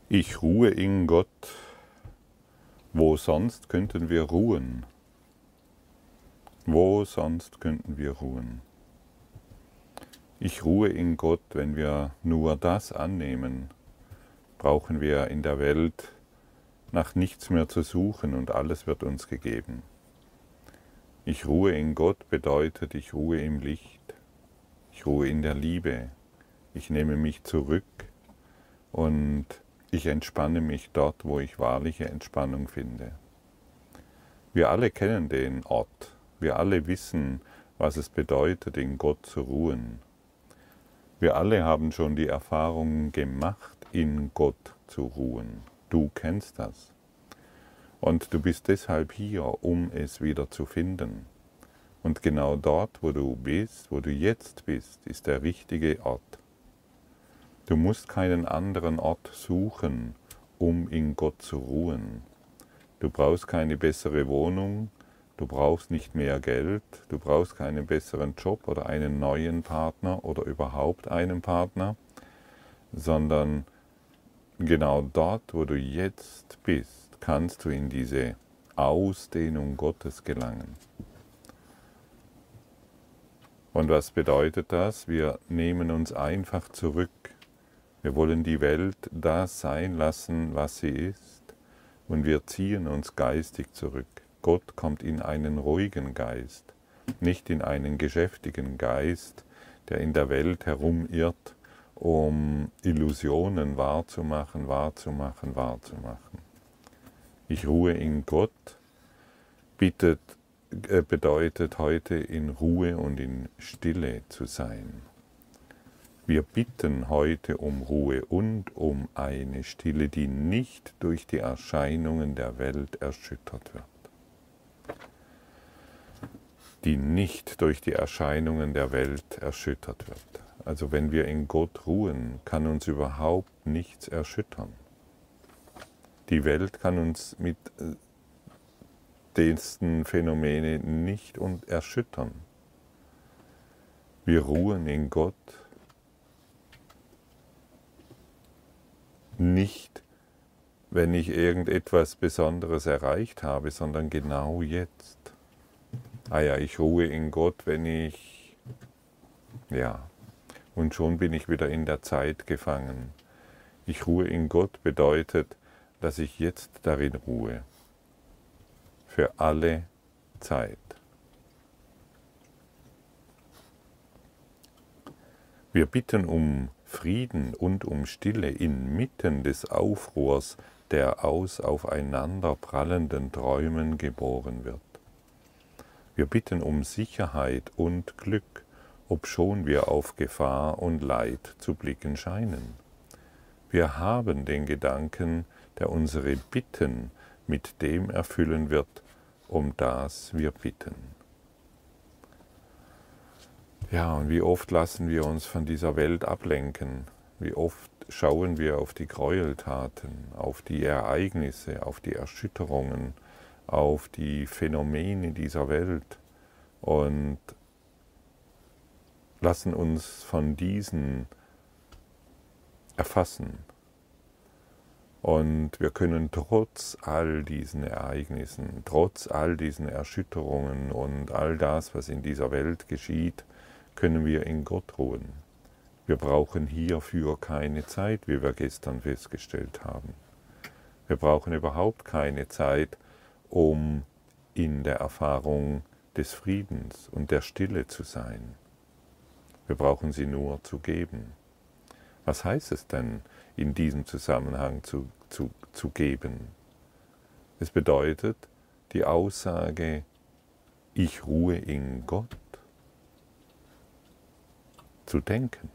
Ich ruhe in Gott. Wo sonst könnten wir ruhen? Wo sonst könnten wir ruhen? Ich ruhe in Gott, wenn wir nur das annehmen, brauchen wir in der Welt nach nichts mehr zu suchen und alles wird uns gegeben. Ich ruhe in Gott bedeutet, ich ruhe im Licht, ich ruhe in der Liebe, ich nehme mich zurück und ich entspanne mich dort, wo ich wahrliche Entspannung finde. Wir alle kennen den Ort, wir alle wissen, was es bedeutet, in Gott zu ruhen. Wir alle haben schon die Erfahrung gemacht, in Gott zu ruhen. Du kennst das. Und du bist deshalb hier, um es wieder zu finden. Und genau dort, wo du bist, wo du jetzt bist, ist der richtige Ort. Du musst keinen anderen Ort suchen, um in Gott zu ruhen. Du brauchst keine bessere Wohnung, du brauchst nicht mehr Geld, du brauchst keinen besseren Job oder einen neuen Partner oder überhaupt einen Partner, sondern genau dort, wo du jetzt bist, kannst du in diese Ausdehnung Gottes gelangen. Und was bedeutet das? Wir nehmen uns einfach zurück. Wir wollen die Welt das sein lassen, was sie ist, und wir ziehen uns geistig zurück. Gott kommt in einen ruhigen Geist, nicht in einen geschäftigen Geist, der in der Welt herumirrt, um Illusionen wahrzumachen. Ich ruhe in Gott bedeutet heute in Ruhe und in Stille zu sein. Wir bitten heute um Ruhe und um eine Stille, die nicht durch die Erscheinungen der Welt erschüttert wird. Die nicht durch die Erscheinungen der Welt erschüttert wird. Also wenn wir in Gott ruhen, kann uns überhaupt nichts erschüttern. Die Welt kann uns mit diesen Phänomenen nicht erschüttern. Wir ruhen in Gott nicht, wenn ich irgendetwas Besonderes erreicht habe, sondern genau jetzt. Ich ruhe in Gott, wenn ich, und schon bin ich wieder in der Zeit gefangen. Ich ruhe in Gott bedeutet, dass ich jetzt darin ruhe. Für alle Zeit. Wir bitten um Frieden und um Stille inmitten des Aufruhrs, der aus aufeinander prallenden Träumen geboren wird. Wir bitten um Sicherheit und Glück, obschon wir auf Gefahr und Leid zu blicken scheinen. Wir haben den Gedanken, der unsere Bitten mit dem erfüllen wird, um das wir bitten. Ja, und wie oft lassen wir uns von dieser Welt ablenken? Wie oft schauen wir auf die Gräueltaten, auf die Ereignisse, auf die Erschütterungen, auf die Phänomene dieser Welt und lassen uns von diesen erfassen. Und wir können trotz all diesen Ereignissen, trotz all diesen Erschütterungen und all das, was in dieser Welt geschieht, können wir in Gott ruhen. Wir brauchen hierfür keine Zeit, wie wir gestern festgestellt haben. Wir brauchen überhaupt keine Zeit, um in der Erfahrung des Friedens und der Stille zu sein. Wir brauchen sie nur zu geben. Was heißt es denn, in diesem Zusammenhang zu geben? Es bedeutet die Aussage, ich ruhe in Gott, zu denken.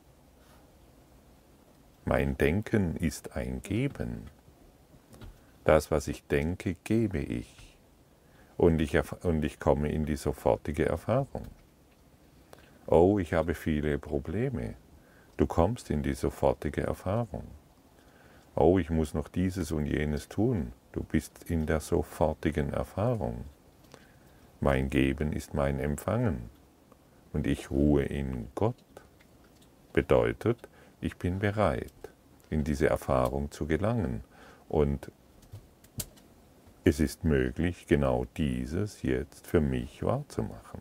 Mein Denken ist ein Geben. Das, was ich denke, gebe ich. Und ich komme in die sofortige Erfahrung. Oh, ich habe viele Probleme. Du kommst in die sofortige Erfahrung. Oh, ich muss noch dieses und jenes tun. Du bist in der sofortigen Erfahrung. Mein Geben ist mein Empfangen. Und ich ruhe in Gott. Bedeutet, ich bin bereit. in diese Erfahrung zu gelangen. Und es ist möglich, genau dieses jetzt für mich wahrzumachen.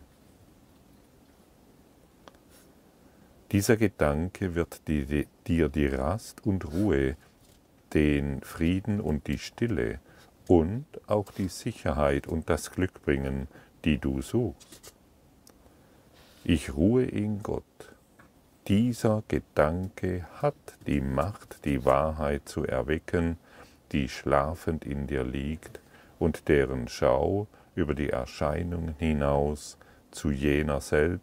Dieser Gedanke wird dir die Rast und Ruhe, den Frieden und die Stille und auch die Sicherheit und das Glück bringen, die du suchst. Ich ruhe in Gott. Dieser Gedanke hat die Macht, die Wahrheit zu erwecken, die schlafend in dir liegt und deren Schau über die Erscheinungen hinaus zu jener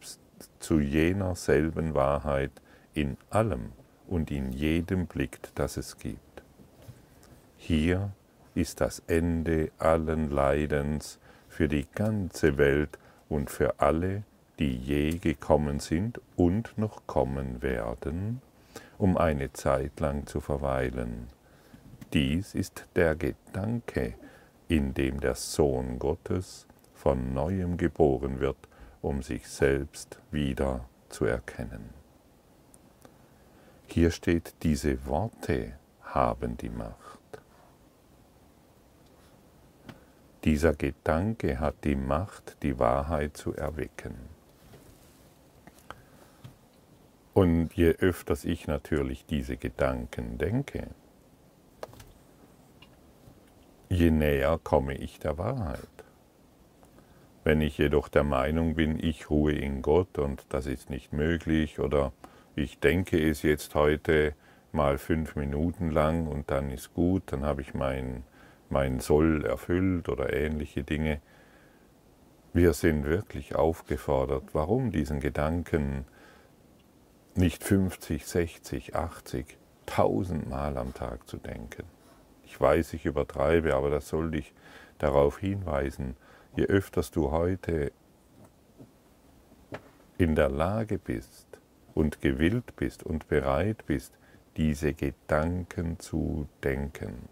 selben Wahrheit in allem und in jedem blickt, das es gibt. Hier ist das Ende allen Leidens für die ganze Welt und für alle, die je gekommen sind und noch kommen werden, um eine Zeit lang zu verweilen. Dies ist der Gedanke, in dem der Sohn Gottes von neuem geboren wird, um sich selbst wieder zu erkennen. Hier steht, diese Worte haben die Macht. Dieser Gedanke hat die Macht, die Wahrheit zu erwecken. Und je öfters ich natürlich diese Gedanken denke, je näher komme ich der Wahrheit. Wenn ich jedoch der Meinung bin, ich ruhe in Gott und das ist nicht möglich oder ich denke es jetzt heute mal 5 Minuten lang und dann ist gut, dann habe ich mein Soll erfüllt oder ähnliche Dinge. Wir sind wirklich aufgefordert, warum diesen Gedanken nicht 50, 60, 80, 1000 Mal am Tag zu denken. Ich weiß, ich übertreibe, aber das soll dich darauf hinweisen, je öfters du heute in der Lage bist und gewillt bist und bereit bist, diese Gedanken zu denken,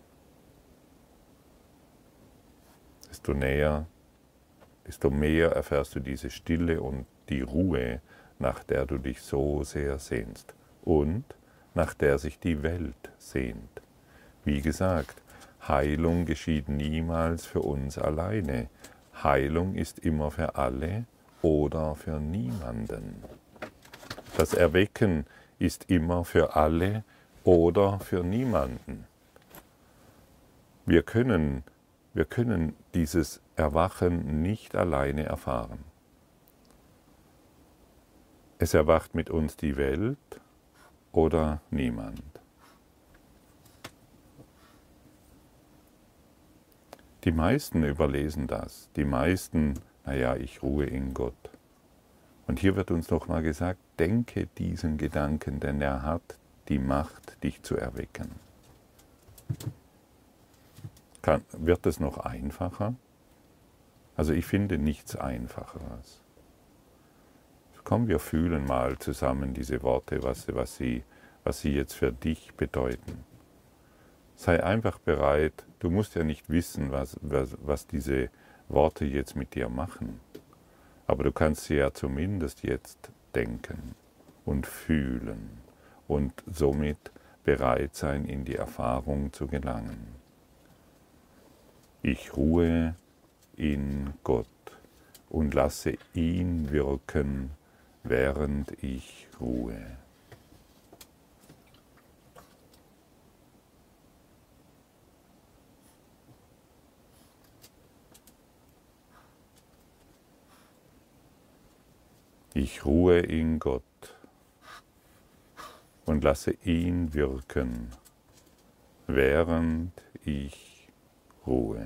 desto näher, desto mehr erfährst du diese Stille und die Ruhe, nach der du dich so sehr sehnst und nach der sich die Welt sehnt. Wie gesagt, Heilung geschieht niemals für uns alleine. Heilung ist immer für alle oder für niemanden. Das Erwecken ist immer für alle oder für niemanden. Wir können dieses Erwachen nicht alleine erfahren. Es erwacht mit uns die Welt oder niemand. Die meisten überlesen das. Die meisten, naja, ich ruhe in Gott. Und hier wird uns nochmal gesagt, denke diesen Gedanken, denn er hat die Macht, dich zu erwecken. Wird es noch einfacher? Also ich finde nichts Einfacheres. Komm, wir fühlen mal zusammen diese Worte, was sie jetzt für dich bedeuten. Sei einfach bereit, du musst ja nicht wissen, was diese Worte jetzt mit dir machen, aber du kannst sie ja zumindest jetzt denken und fühlen und somit bereit sein, in die Erfahrung zu gelangen. Ich ruhe in Gott und lasse ihn wirken, während ich ruhe. Ich ruhe in Gott und lasse ihn wirken, während ich ruhe.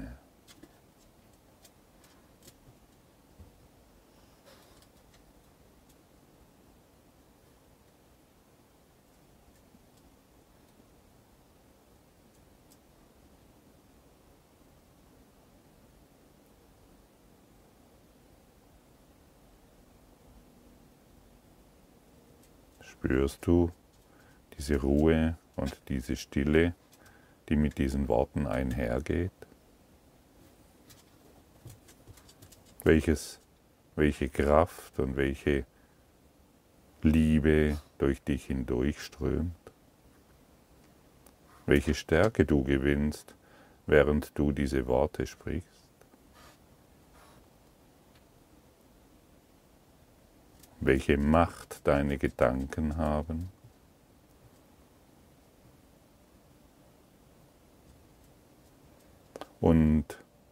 Spürst du diese Ruhe und diese Stille, die mit diesen Worten einhergeht? Welche Kraft und welche Liebe durch dich hindurchströmt? welche Stärke du gewinnst, während du diese Worte sprichst. Welche Macht deine Gedanken haben. Und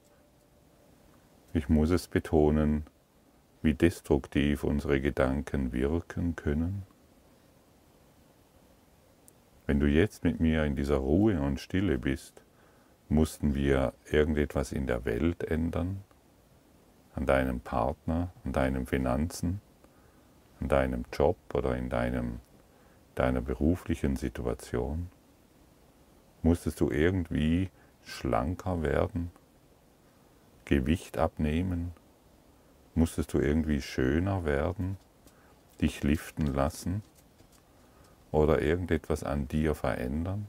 ich muss es betonen, wie destruktiv unsere Gedanken wirken können. Wenn du jetzt mit mir in dieser Ruhe und Stille bist, mussten wir irgendetwas in der Welt ändern, an deinem Partner, an deinen Finanzen, an deinem Job oder in deiner beruflichen Situation? Musstest du irgendwie schlanker werden, Gewicht abnehmen? Musstest du irgendwie schöner werden, dich liften lassen oder irgendetwas an dir verändern?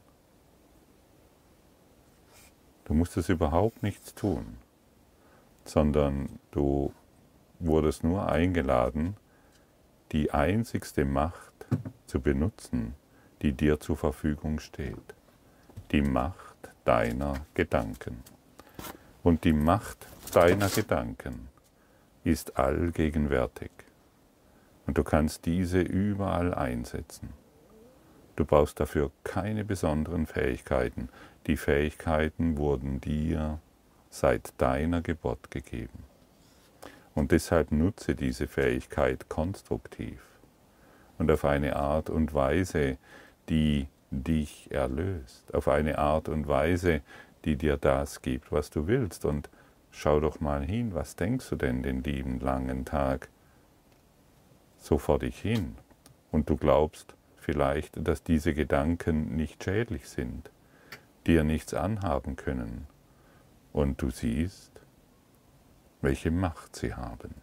Du musstest überhaupt nichts tun, sondern du wurdest nur eingeladen, die einzigste Macht zu benutzen, die dir zur Verfügung steht. Die Macht deiner Gedanken. Und die Macht deiner Gedanken ist allgegenwärtig. Und du kannst diese überall einsetzen. Du brauchst dafür keine besonderen Fähigkeiten. Die Fähigkeiten wurden dir seit deiner Geburt gegeben. Und deshalb nutze diese Fähigkeit konstruktiv und auf eine Art und Weise, die dich erlöst, auf eine Art und Weise, die dir das gibt, was du willst. Und schau doch mal hin, was denkst du denn den lieben langen Tag so vor dich hin? Und du glaubst vielleicht, dass diese Gedanken nicht schädlich sind, dir nichts anhaben können. Und du siehst, welche Macht sie haben.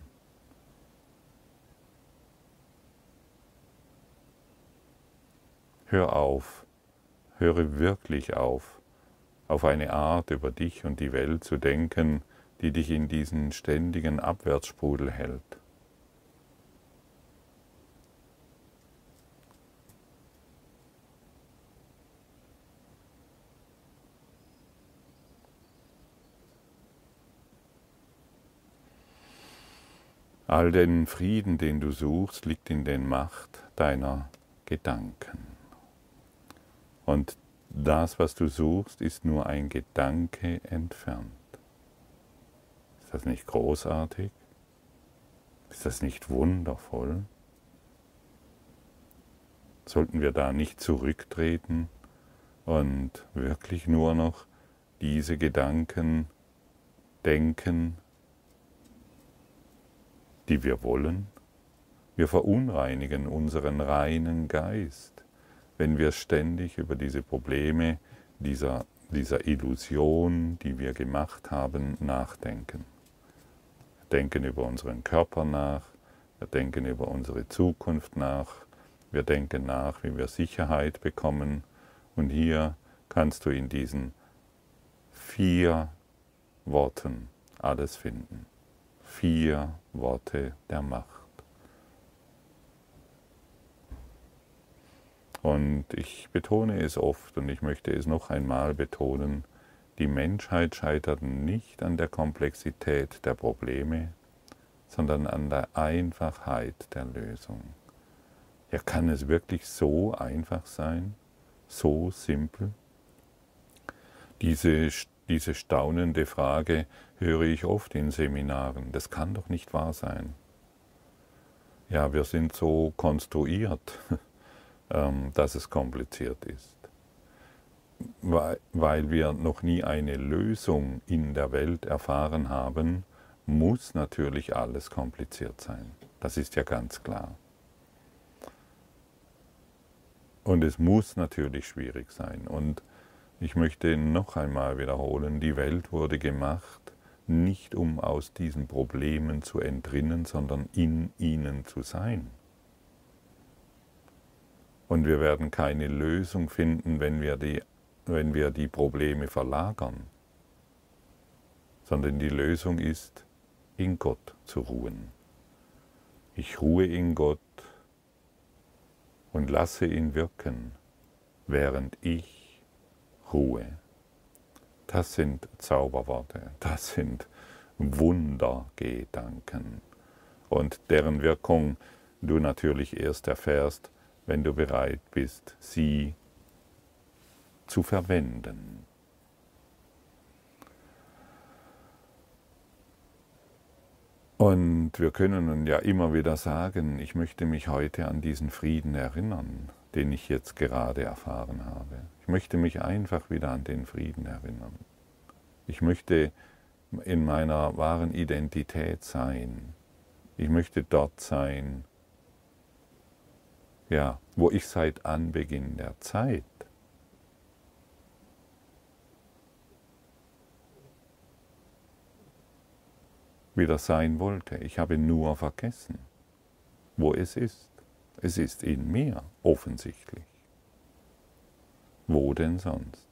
Hör auf, höre wirklich auf eine Art über dich und die Welt zu denken, die dich in diesen ständigen Abwärtssprudel hält. All den Frieden, den du suchst, liegt in der Macht deiner Gedanken. Und das, was du suchst, ist nur ein Gedanke entfernt. Ist das nicht großartig? Ist das nicht wundervoll? Sollten wir da nicht zurücktreten und wirklich nur noch diese Gedanken denken, die wir wollen? Wir verunreinigen unseren reinen Geist, wenn wir ständig über diese Probleme, dieser Illusion, die wir gemacht haben, nachdenken. Wir denken über unseren Körper nach, wir denken über unsere Zukunft nach, wir denken nach, wie wir Sicherheit bekommen. Und hier kannst du in diesen 4 Worten alles finden. 4 Worte der Macht. Und ich betone es oft und ich möchte es noch einmal betonen, die Menschheit scheitert nicht an der Komplexität der Probleme, sondern an der Einfachheit der Lösung. Ja, kann es wirklich so einfach sein? So simpel? Diese staunende Frage höre ich oft in Seminaren. Das kann doch nicht wahr sein. Ja, wir sind so konstruiert, dass es kompliziert ist. Weil wir noch nie eine Lösung in der Welt erfahren haben, muss natürlich alles kompliziert sein. Das ist ja ganz klar. Und es muss natürlich schwierig sein. Und ich möchte noch einmal wiederholen, die Welt wurde gemacht, nicht um aus diesen Problemen zu entrinnen, sondern in ihnen zu sein. Und wir werden keine Lösung finden, wenn wir die Probleme verlagern, sondern die Lösung ist, in Gott zu ruhen. Ich ruhe in Gott und lasse ihn wirken, während ich Ruhe. Das sind Zauberworte, das sind Wundergedanken und deren Wirkung du natürlich erst erfährst, wenn du bereit bist, sie zu verwenden. Und wir können ja immer wieder sagen, ich möchte mich heute an diesen Frieden erinnern, den ich jetzt gerade erfahren habe. Ich möchte mich einfach wieder an den Frieden erinnern. Ich möchte in meiner wahren Identität sein. Ich möchte dort sein, ja, wo ich seit Anbeginn der Zeit wieder sein wollte. Ich habe nur vergessen, wo es ist. Es ist in mir, offensichtlich. Wo denn sonst?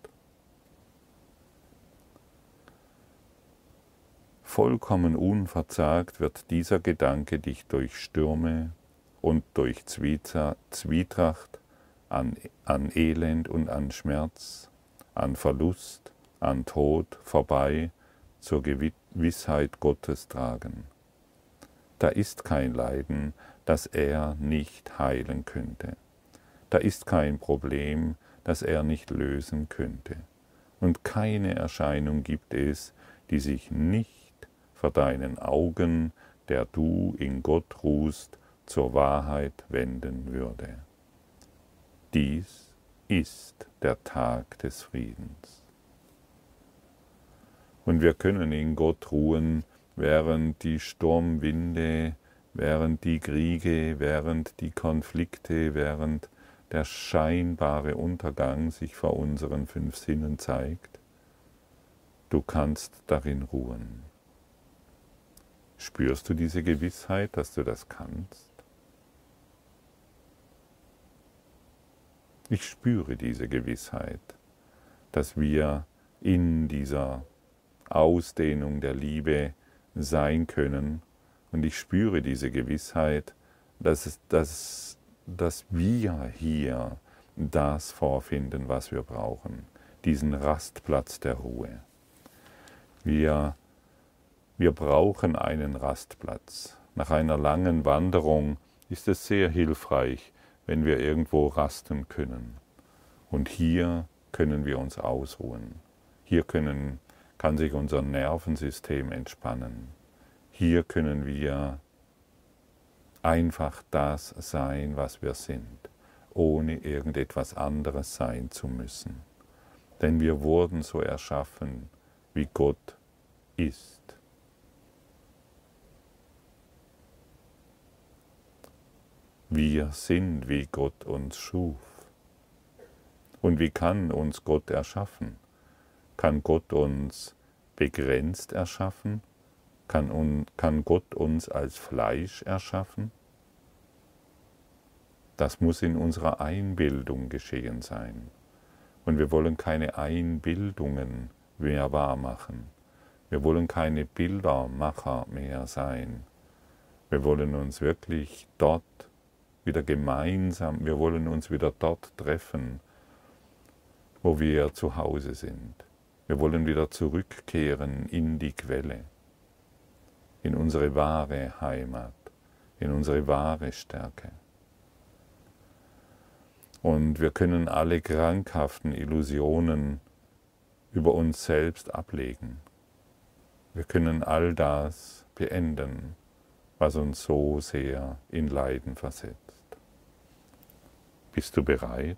Vollkommen unverzagt wird dieser Gedanke dich durch Stürme und durch Zwietracht an Elend und an Schmerz, an Verlust, an Tod vorbei zur Gewissheit Gottes tragen. Da ist kein Leiden, das er nicht heilen könnte. Da ist kein Problem, das er nicht lösen könnte. Und keine Erscheinung gibt es, die sich nicht vor deinen Augen, der du in Gott ruhst, zur Wahrheit wenden würde. Dies ist der Tag des Friedens. Und wir können in Gott ruhen, während die Sturmwinde, während die Kriege, während die Konflikte, während der scheinbare Untergang sich vor unseren 5 Sinnen zeigt. Du kannst darin ruhen. Spürst du diese Gewissheit, dass du das kannst? Ich spüre diese Gewissheit, dass wir in dieser Ausdehnung der Liebe sein können. Und ich spüre diese Gewissheit, dass wir hier das vorfinden, was wir brauchen, diesen Rastplatz der Ruhe. Wir brauchen einen Rastplatz. Nach einer langen Wanderung ist es sehr hilfreich, wenn wir irgendwo rasten können. Und hier können wir uns ausruhen. Hier kann sich unser Nervensystem entspannen. Hier können wir einfach das sein, was wir sind, ohne irgendetwas anderes sein zu müssen. Denn wir wurden so erschaffen, wie Gott ist. Wir sind, wie Gott uns schuf. Und wie kann uns Gott erschaffen? Kann Gott uns begrenzt erschaffen? Kann Gott uns als Fleisch erschaffen? Das muss in unserer Einbildung geschehen sein. Und wir wollen keine Einbildungen mehr wahrmachen. Wir wollen keine Bildermacher mehr sein. Wir wollen uns wirklich dort wieder gemeinsam, wir wollen uns wieder dort treffen, wo wir zu Hause sind. Wir wollen wieder zurückkehren in die Quelle, in unsere wahre Heimat, in unsere wahre Stärke. Und wir können alle krankhaften Illusionen über uns selbst ablegen. Wir können all das beenden, was uns so sehr in Leiden versetzt. Bist du bereit?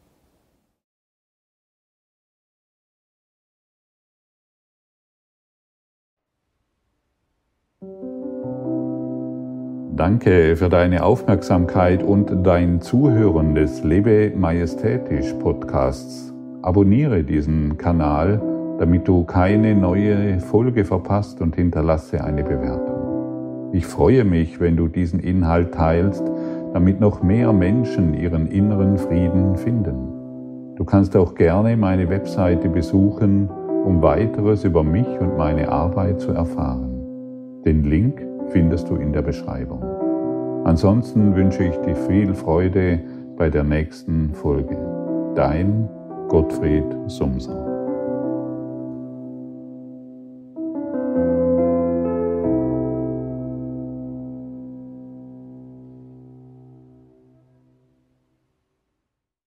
Danke für deine Aufmerksamkeit und dein Zuhören des Lebe Majestätisch Podcasts. Abonniere diesen Kanal, damit du keine neue Folge verpasst, und hinterlasse eine Bewertung. Ich freue mich, wenn du diesen Inhalt teilst, damit noch mehr Menschen ihren inneren Frieden finden. Du kannst auch gerne meine Webseite besuchen, um weiteres über mich und meine Arbeit zu erfahren. Den Link findest du in der Beschreibung. Ansonsten wünsche ich dir viel Freude bei der nächsten Folge. Dein Gottfried Sumser.